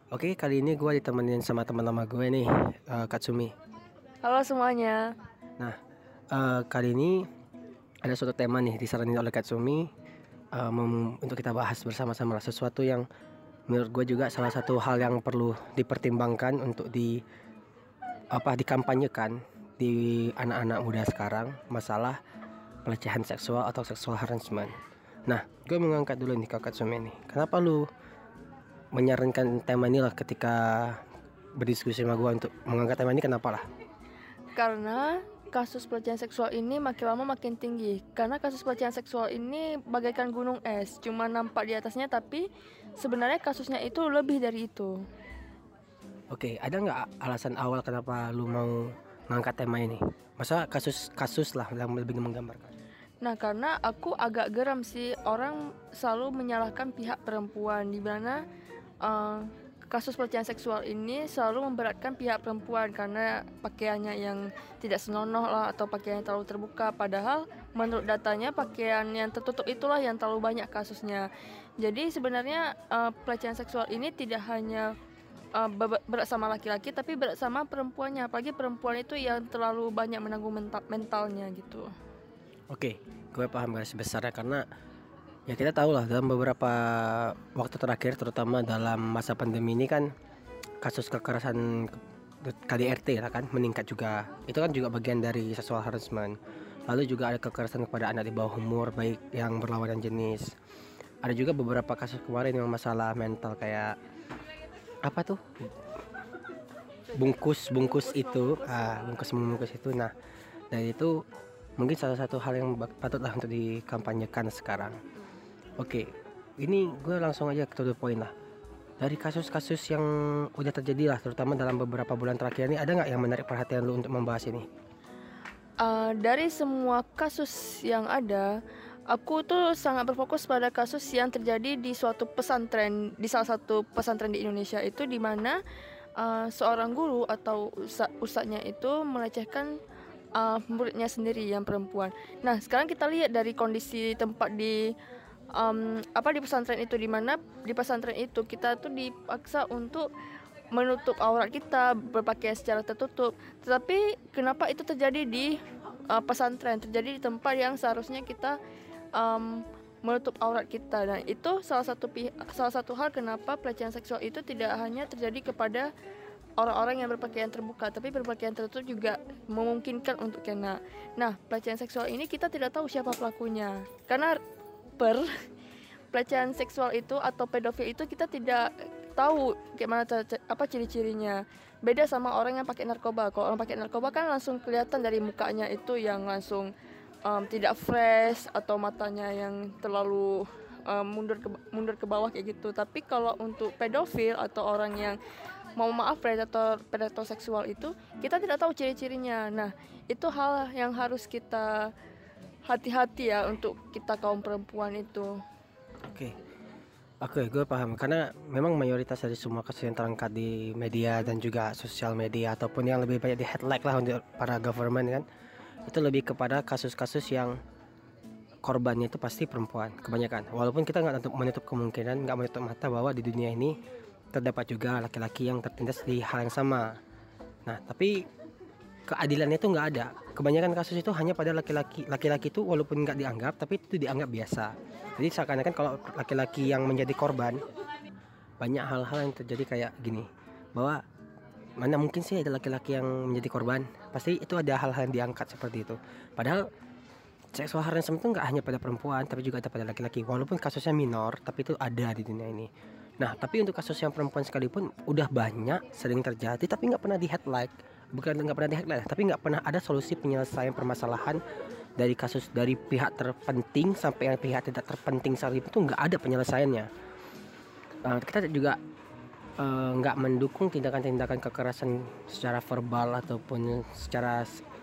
Oke, kali ini gue ditemenin sama teman lama gue nih, Katsumi. Halo semuanya. Nah, kali ini ada suatu tema nih disaranin oleh Katsumi, untuk kita bahas bersama-sama lah, sesuatu yang menurut gue juga salah satu hal yang perlu dipertimbangkan untuk dikampanyekan di anak-anak muda sekarang, masalah pelecehan seksual atau sexual harassment. Nah, gue mengangkat dulu nih ke Katsumi nih. Kenapa lu menyarankan tema ini lah ketika berdiskusi sama gue untuk mengangkat tema ini, kenapa lah? Karena kasus pelecehan seksual ini makin lama makin tinggi. Karena kasus pelecehan seksual ini bagaikan gunung es, cuma nampak di atasnya tapi sebenarnya kasusnya itu lebih dari itu. Oke, ada nggak alasan awal kenapa lu mau ngangkat tema ini? Masa kasus-kasus lah yang lebih menggambarkan. Nah, karena aku agak geram sih orang selalu menyalahkan pihak perempuan di mana eh, kasus pelecehan seksual ini selalu memberatkan pihak perempuan karena pakaiannya yang tidak senonoh lah atau pakaian yang terlalu terbuka, padahal menurut datanya pakaian yang tertutup itulah yang terlalu banyak kasusnya. Jadi sebenarnya pelecehan seksual ini tidak hanya berat sama laki-laki tapi berat sama perempuannya, apalagi perempuan itu yang terlalu banyak menanggung mentalnya gitu. Oke, gue paham garis besarnya karena ya kita tahu lah dalam beberapa waktu terakhir, terutama dalam masa pandemi ini kan kasus kekerasan KDRT lah kan meningkat juga. Itu kan juga bagian dari sexual harassment. Lalu juga ada kekerasan kepada anak di bawah umur, baik yang berlawanan jenis. Ada juga beberapa kasus kemarin yang masalah mental kayak apa tuh, bungkus bungkus itu. Nah, dari itu mungkin salah satu hal yang patutlah untuk dikampanyekan sekarang. Oke, ini gue langsung aja ke to the point lah. Dari kasus-kasus yang udah terjadi lah, terutama dalam beberapa bulan terakhir ini, ada nggak yang menarik perhatian lu untuk membahas ini? Dari semua kasus yang ada, aku tuh sangat berfokus pada kasus yang terjadi di suatu pesantren, di salah satu pesantren di Indonesia itu, di mana seorang guru atau ustadznya itu melecehkan muridnya sendiri yang perempuan. Nah, sekarang kita lihat dari kondisi tempat di pesantren itu, di mana di pesantren itu kita tuh dipaksa untuk menutup aurat kita, berpakaian secara tertutup. Tetapi kenapa itu terjadi di pesantren, terjadi di tempat yang seharusnya kita menutup aurat kita. Nah, itu salah satu hal kenapa pelecehan seksual itu tidak hanya terjadi kepada orang-orang yang berpakaian terbuka, tapi berpakaian tertutup juga memungkinkan untuk kena. Nah, pelecehan seksual ini kita tidak tahu siapa pelakunya. Karena pelecehan seksual itu atau pedofil itu kita tidak tahu gimana apa ciri-cirinya. Beda sama orang yang pakai narkoba. Kalau orang pakai narkoba kan langsung kelihatan dari mukanya itu yang langsung tidak fresh atau matanya yang terlalu mundur ke bawah kayak gitu. Tapi kalau untuk pedofil atau orang yang mau maaf predator seksual itu, kita tidak tahu ciri-cirinya. Nah, itu hal yang harus kita hati-hati ya untuk kita kaum perempuan itu. Oke, oke, gue paham karena memang mayoritas dari semua kasus yang terangkat di media dan juga sosial media ataupun yang lebih banyak di headline lah untuk para government kan, itu lebih kepada kasus-kasus yang korbannya itu pasti perempuan kebanyakan. Walaupun kita nggak menutup kemungkinan, nggak menutup mata bahwa di dunia ini terdapat juga laki-laki yang tertindas di hal yang sama. Nah, tapi keadilannya itu nggak ada. Kebanyakan kasus itu hanya pada laki-laki itu walaupun nggak dianggap, tapi itu dianggap biasa. Jadi seakan-akan kalau laki-laki yang menjadi korban, banyak hal-hal yang terjadi kayak gini, bahwa mana mungkin sih ada laki-laki yang menjadi korban, pasti itu ada hal-hal yang diangkat seperti itu. Padahal seksual harassment itu nggak hanya pada perempuan, tapi juga ada pada laki-laki. Walaupun kasusnya minor, tapi itu ada di dunia ini. Nah, tapi untuk kasus yang perempuan sekalipun udah banyak sering terjadi, tapi nggak pernah di headline. Bukan nggak pernah di headline, tapi nggak pernah ada solusi penyelesaian permasalahan dari kasus dari pihak terpenting sampai yang pihak tidak terpenting sekalipun itu nggak ada penyelesaiannya. Kita juga nggak mendukung tindakan-tindakan kekerasan secara verbal ataupun secara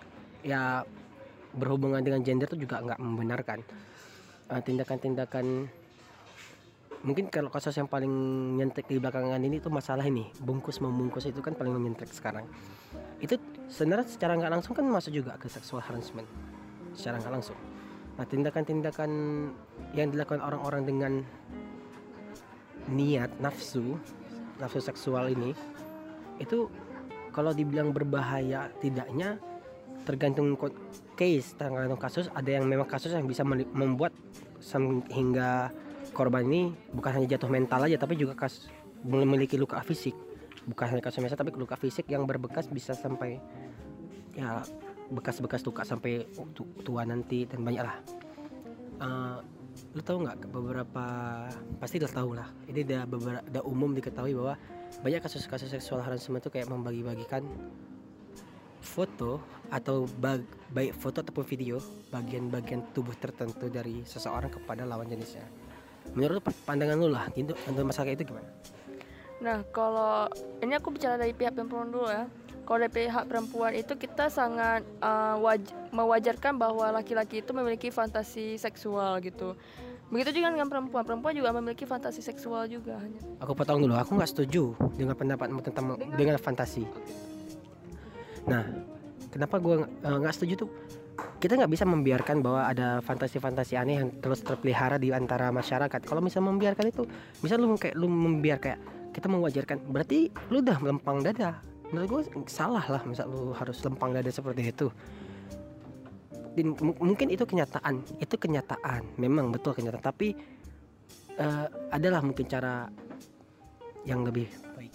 ya berhubungan dengan gender itu juga nggak membenarkan tindakan-tindakan. Mungkin kalau kasus yang paling nyentrik di belakangan ini tuh masalah ini bungkus membungkus itu kan paling menyentrik sekarang. Itu sebenarnya secara nggak langsung kan masuk juga ke sexual harassment secara nggak langsung. Nah, tindakan-tindakan yang dilakukan orang-orang dengan niat nafsu nafsu seksual ini itu kalau dibilang berbahaya tidaknya tergantung case, tergantung kasus. Ada yang memang kasus yang bisa membuat hingga korban ini bukan hanya jatuh mental aja, tapi juga memiliki luka fisik. Bukan hanya kasus biasa, tapi luka fisik yang berbekas bisa sampai ya bekas-bekas luka sampai tua nanti dan banyak lah. Lu tahu nggak beberapa, pasti udah tahu lah, ini udah umum diketahui bahwa banyak kasus-kasus seksual harassment itu kayak membagi-bagikan foto atau baik foto ataupun video bagian-bagian tubuh tertentu dari seseorang kepada lawan jenisnya. Menurut pandangan lu lah untuk masalah itu gimana? Nah, kalau ini aku bicara dari pihak perempuan dulu ya. Kalau dari pihak perempuan itu kita sangat mewajarkan bahwa laki-laki itu memiliki fantasi seksual gitu. Begitu juga dengan perempuan juga memiliki fantasi seksual juga. Aku potong dulu, aku nggak setuju dengan pendapatmu tentang dengan fantasi. Nah, kenapa gue nggak setuju tuh? Kita nggak bisa membiarkan bahwa ada fantasi-fantasi aneh yang terus terpelihara di antara masyarakat. Kalau misalnya membiarkan itu, misal lu membiarkan kayak kita mewajarkan, berarti lu udah melempang dada. Menurut gue salah lah, misal lu harus lempang dada seperti itu. Mungkin itu kenyataan, memang betul kenyataan. Tapi adalah mungkin cara yang lebih baik.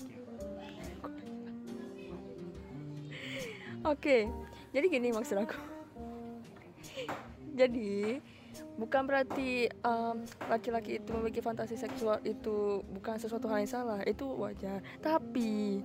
Oke, jadi gini maksud aku. Jadi bukan berarti laki-laki itu memiliki fantasi seksual itu bukan sesuatu hal yang salah, itu wajar. Tapi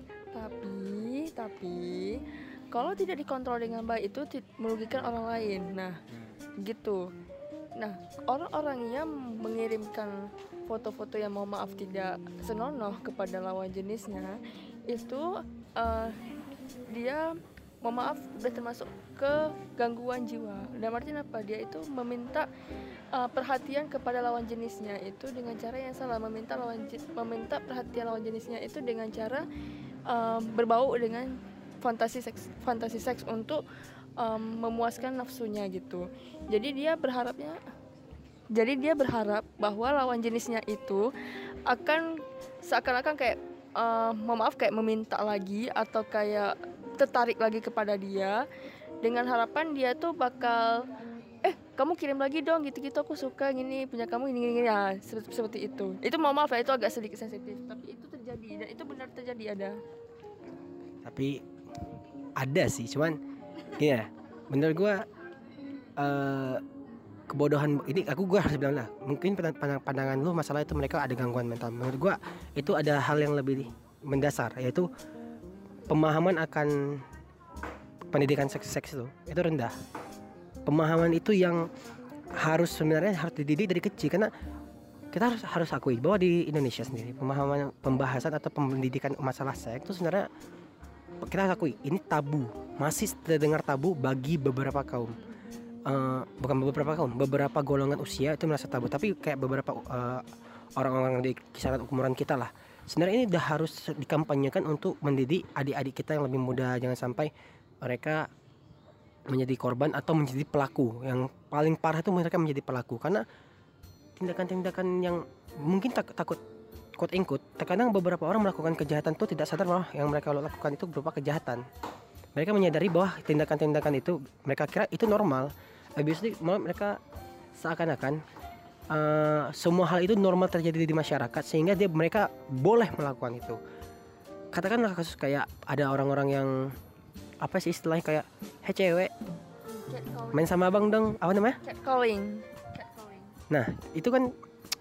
kalau tidak dikontrol dengan baik itu merugikan orang lain. Nah, gitu. Nah, orang-orang yang mengirimkan foto-foto yang mohon maaf tidak senonoh kepada lawan jenisnya itu dia mohon maaf udah termasuk ke gangguan jiwa. Dan artinya apa? Dia itu meminta perhatian kepada lawan jenisnya itu dengan cara yang salah, meminta perhatian lawan jenisnya itu dengan cara berbau dengan fantasi seks untuk memuaskan nafsunya gitu. Jadi dia berharap bahwa lawan jenisnya itu akan seakan-akan kayak maaf kayak meminta lagi atau kayak tertarik lagi kepada dia dengan harapan dia tuh bakal kamu kirim lagi dong gitu-gitu, aku suka gini punya kamu gini ya, seperti itu. Itu maaf ya, itu agak sedikit sensitif, tapi itu terjadi dan itu benar terjadi ada. Tapi ada sih, cuman ya bener gue kebodohan ini gue harus bilang lah, mungkin pandangan lu masalah itu mereka ada gangguan mental. Menurut gue itu ada hal yang lebih mendasar, yaitu pemahaman akan pendidikan seks itu rendah. Pemahaman itu yang sebenarnya harus dididik dari kecil, karena kita harus akui bahwa di Indonesia sendiri pemahaman pembahasan atau pendidikan masalah seks itu sebenarnya kita akui ini tabu, masih terdengar tabu bagi beberapa kaum. Beberapa golongan usia itu merasa tabu, tapi kayak beberapa orang-orang di kisaran umuran kita lah, sebenarnya ini udah harus dikampanyekan untuk mendidik adik-adik kita yang lebih muda, jangan sampai mereka menjadi korban atau menjadi pelaku. Yang paling parah itu mereka menjadi pelaku karena tindakan-tindakan yang mungkin takut quote unquote, terkadang beberapa orang melakukan kejahatan itu tidak sadar bahwa yang mereka lakukan itu berupa kejahatan. Mereka menyadari bahwa tindakan-tindakan itu mereka kira itu normal. Habis itu mereka seakan-akan semua hal itu normal terjadi di masyarakat, sehingga mereka boleh melakukan itu. Katakanlah kasus kayak ada orang-orang yang apa sih istilahnya kayak cewek main sama abang dong, apa namanya? Catcalling. Nah itu kan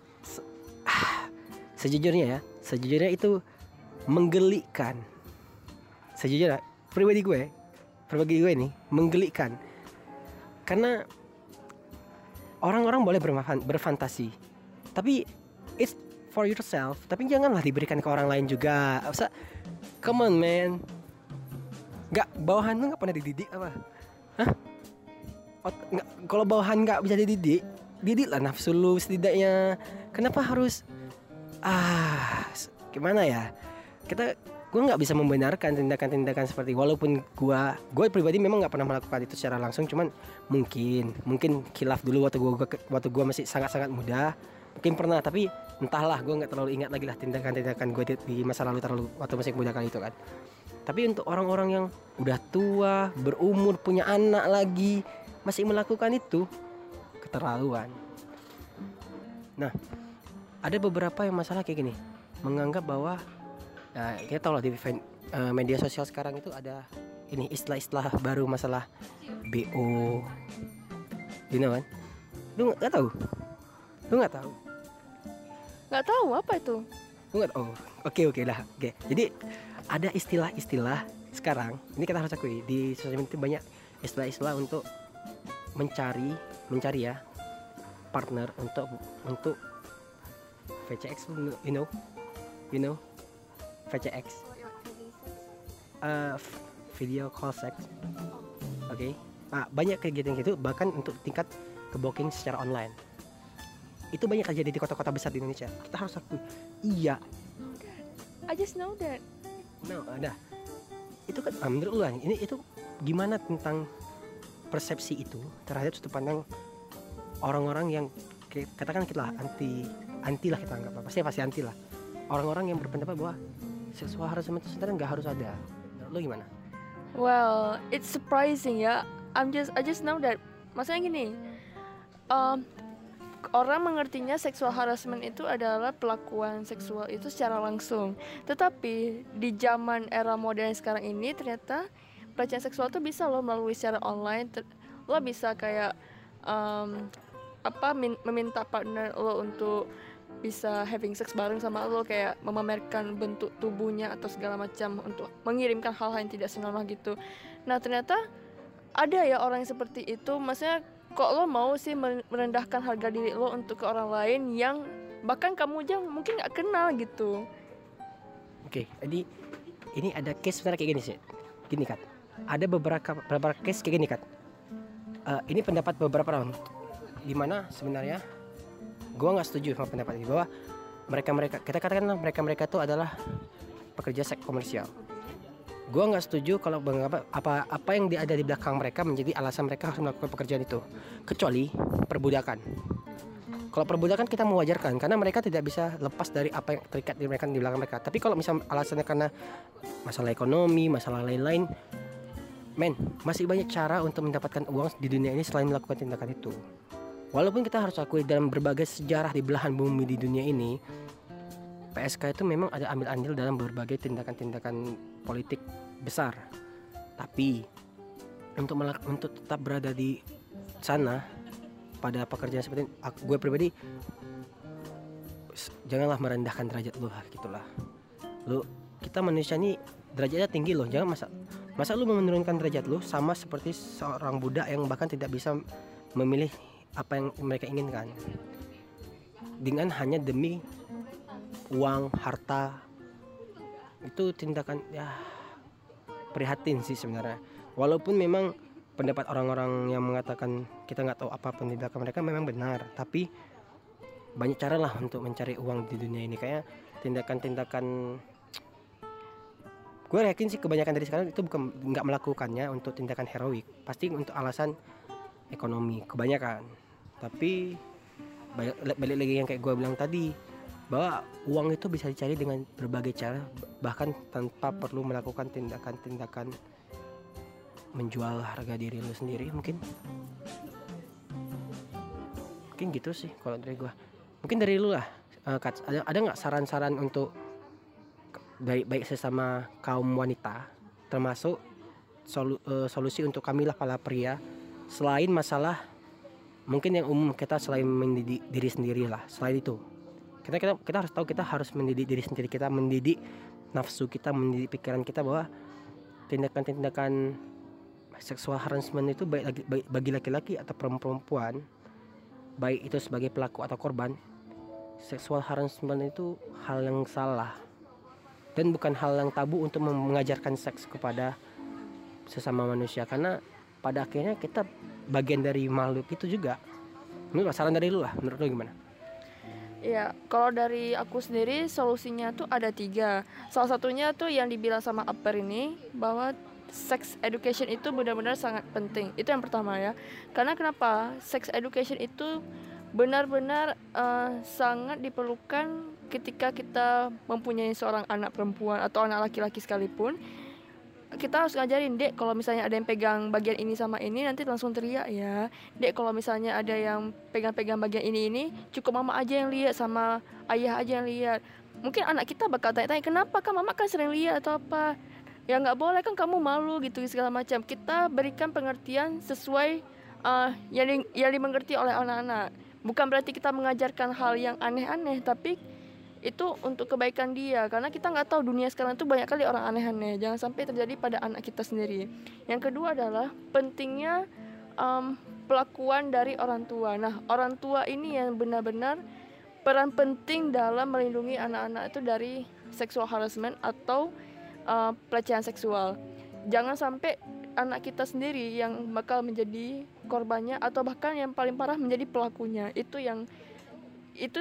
sejujurnya itu menggelikan. Sejujurnya pribadi gue ini menggelikan, karena orang-orang boleh berfantasi, tapi it's for yourself, tapi janganlah diberikan ke orang lain juga. Come on man, bawahan lu nggak pernah dididik apa? Hah? Kalau bawahan nggak bisa dididiklah nafsu lu setidaknya. Kenapa harus gimana ya? Gue nggak bisa membenarkan tindakan-tindakan seperti, walaupun gue pribadi memang nggak pernah melakukan itu secara langsung, cuman mungkin khilaf dulu waktu gue masih sangat-sangat muda, mungkin pernah, tapi entahlah, gue nggak terlalu ingat lagi lah tindakan-tindakan gue di masa lalu terlalu waktu masih muda kali itu kan. Tapi untuk orang-orang yang udah tua, berumur, punya anak lagi, masih melakukan itu, keterlaluan. Nah, ada beberapa yang masalah kayak gini, menganggap bahwa kita tahu lah di media sosial sekarang itu ada ini istilah-istilah baru masalah BO, you know kan? Lu nggak tahu? Lu nggak tahu? Nggak tahu apa itu. Lu nggak tahu? Oke lah. Oke. Jadi ada istilah-istilah sekarang. Ini kita harus akui di sosial media itu banyak istilah-istilah untuk mencari ya partner untuk VCX, you know VCX, video call sex. Oke. Banyak kegiatan gitu, bahkan untuk tingkat kebooking secara online. Itu banyak terjadi di kota-kota besar di Indonesia. Kita harus akui. Iya. I just know that. No, ada. Itu kan menurut lu itu gimana tentang persepsi itu terhadap sudut pandang orang-orang yang katakan kita lah anti lah, kita anggap pasti anti lah. Orang-orang yang berpendapat bahwa seksual harassment itu sebenarnya nggak harus ada. Menurut lu gimana? Well, it's surprising ya. I just know that. Maksudnya gini, orang mengertinya seksual harassment itu adalah pelakuan seksual itu secara langsung. Tetapi di zaman era modern sekarang ini ternyata pelecehan seksual itu bisa lo melalui secara online. Lo bisa kayak meminta partner lo untuk bisa having sex bareng sama lo, kayak memamerkan bentuk tubuhnya atau segala macam untuk mengirimkan hal-hal yang tidak senonoh gitu. Nah ternyata ada ya orang yang seperti itu. Maksudnya kok lo mau sih merendahkan harga diri lo untuk ke orang lain yang bahkan kamu aja mungkin nggak kenal gitu. Oke, jadi ini ada case sebenarnya kayak gini sih. Gini kan, ada beberapa case kayak gini kan. Ini pendapat beberapa orang, dimana sebenarnya gue nggak setuju sama pendapat ini, bahwa mereka kita katakan mereka itu adalah pekerja seks komersial. Gue nggak setuju kalau apa yang ada di belakang mereka menjadi alasan mereka harus melakukan pekerjaan itu, kecuali perbudakan. Kalau perbudakan kita mewajarkan karena mereka tidak bisa lepas dari apa yang terikat di mereka di belakang mereka. Tapi kalau misal alasannya karena masalah ekonomi, masalah lain-lain, masih banyak cara untuk mendapatkan uang di dunia ini selain melakukan tindakan itu. Walaupun kita harus akui dalam berbagai sejarah di belahan bumi di dunia ini, PSK itu memang ada ambil andil dalam berbagai tindakan-tindakan politik besar. Tapi untuk tetap berada di sana pada pekerjaan seperti ini, gue pribadi janganlah merendahkan derajat lu gitulah. Kita manusia ini derajatnya tinggi loh. Jangan masa lu menurunkan derajat lu sama seperti seorang budak yang bahkan tidak bisa memilih apa yang mereka inginkan dengan hanya demi uang, harta. Itu tindakan ya prihatin sih sebenarnya. Walaupun memang pendapat orang-orang yang mengatakan kita nggak tahu apa tindakan mereka memang benar, tapi banyak cara lah untuk mencari uang di dunia ini. Kayak tindakan-tindakan, gue yakin sih kebanyakan dari sekarang itu bukan nggak melakukannya untuk tindakan heroik, pasti untuk alasan ekonomi kebanyakan. Tapi balik lagi yang kayak gue bilang tadi, bahwa uang itu bisa dicari dengan berbagai cara, bahkan tanpa perlu melakukan tindakan-tindakan menjual harga diri lu sendiri. Mungkin gitu sih kalau dari gue. Mungkin dari lu lah, Kat, ada nggak saran-saran untuk baik sesama kaum wanita, termasuk solusi untuk kami lah para pria, selain masalah mungkin yang umum kita, selain mendidik diri sendiri lah. Selain itu kita harus tahu, kita harus mendidik diri sendiri kita, mendidik nafsu kita, mendidik pikiran kita bahwa tindakan-tindakan seksual harassment itu baik bagi laki-laki atau perempuan, baik itu sebagai pelaku atau korban, seksual harassment itu hal yang salah dan bukan hal yang tabu untuk mengajarkan seks kepada sesama manusia, karena pada akhirnya kita bagian dari makhluk itu juga. Menurut saran dari lu lah, menurut lu gimana? Ya, kalau dari aku sendiri solusinya tuh ada 3. Salah satunya tuh yang dibilang sama Upper ini, bahwa sex education itu benar-benar sangat penting. Itu yang pertama ya. Karena kenapa? Sex education itu benar-benar sangat diperlukan ketika kita mempunyai seorang anak perempuan atau anak laki-laki sekalipun. Kita harus ngajarin, Dek, kalau misalnya ada yang pegang bagian ini sama ini nanti langsung teriak ya. Dek, kalau misalnya ada yang pegang-pegang bagian ini cukup mama aja yang lihat sama ayah aja yang lihat. Mungkin anak kita bakal tanya-tanya, kenapa kan mama kan sering lihat atau apa. Ya nggak boleh kan, kamu malu gitu segala macam. Kita berikan pengertian sesuai yang dimengerti oleh anak-anak. Bukan berarti kita mengajarkan hal yang aneh-aneh, tapi itu untuk kebaikan dia, karena kita nggak tahu dunia sekarang itu banyak kali orang aneh-aneh. Jangan sampai terjadi pada anak kita sendiri. Yang kedua adalah pentingnya pelakuan dari orang tua. Nah, orang tua ini yang benar-benar peran penting dalam melindungi anak-anak itu dari sexual harassment atau pelecehan seksual. Jangan sampai anak kita sendiri yang bakal menjadi korbannya atau bahkan yang paling parah menjadi pelakunya. Itu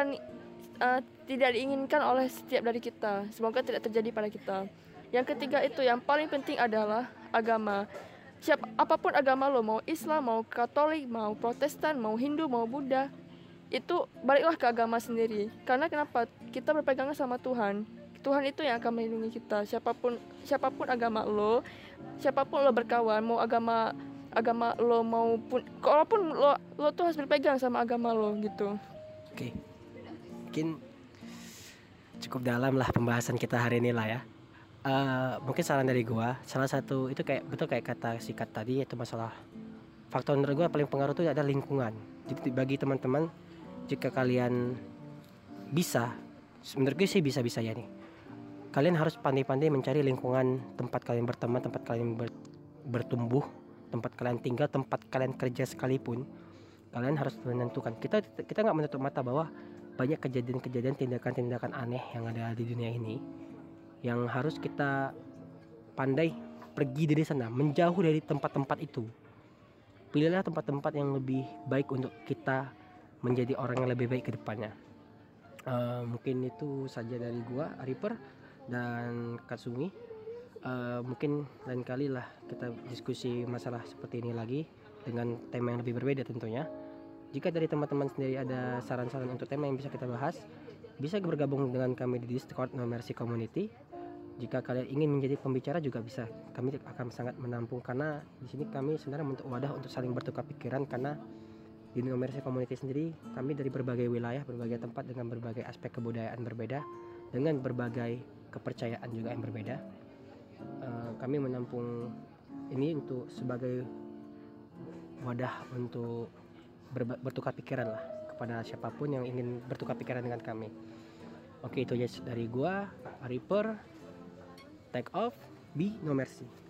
tidak diinginkan oleh setiap dari kita. Semoga tidak terjadi pada kita. Yang ketiga itu yang paling penting adalah agama. Apapun agama lo, mau Islam, mau Katolik, mau Protestan, mau Hindu, mau Buddha, itu baliklah ke agama sendiri. Karena kenapa? Kita berpegangan sama Tuhan. Tuhan itu yang akan melindungi kita. Siapapun agama lo, siapapun lo berkawan, mau agama lo maupun, kalaupun lo tuh harus berpegang sama agama lo gitu. Oke. Mungkin cukup dalam lah pembahasan kita hari ini lah ya. Mungkin saran dari gua, salah satu itu kayak kata sikat tadi, yaitu masalah faktor menurut gua paling pengaruh itu ada lingkungan. Jadi bagi teman-teman, jika kalian bisa, menurut gue sih bisa-bisa ya nih, kalian harus pandai-pandai mencari lingkungan tempat kalian berteman, tempat kalian bertumbuh, tempat kalian tinggal, tempat kalian kerja sekalipun. Kalian harus menentukan. Kita nggak menutup mata bahwa banyak kejadian-kejadian, tindakan-tindakan aneh yang ada di dunia ini, yang harus kita pandai pergi dari sana, menjauh dari tempat-tempat itu. Pilihlah tempat-tempat yang lebih baik untuk kita menjadi orang yang lebih baik ke depannya. Mungkin itu saja dari gua, Ariper dan Katsumi. Mungkin lain kali lah kita diskusi masalah seperti ini lagi dengan tema yang lebih berbeda tentunya. Jika dari teman-teman sendiri ada saran-saran untuk tema yang bisa kita bahas, bisa bergabung dengan kami di Discord No Mercy Community. Jika kalian ingin menjadi pembicara juga bisa. Kami akan sangat menampung, karena di sini kami sebenarnya untuk wadah untuk saling bertukar pikiran, karena di No Mercy Community sendiri kami dari berbagai wilayah, berbagai tempat dengan berbagai aspek kebudayaan berbeda, dengan berbagai kepercayaan juga yang berbeda. Kami menampung ini untuk sebagai wadah untuk bertukar pikiran lah kepada siapapun yang ingin bertukar pikiran dengan kami. Oke, itu aja dari gua, Reaper. Take off, be no mercy.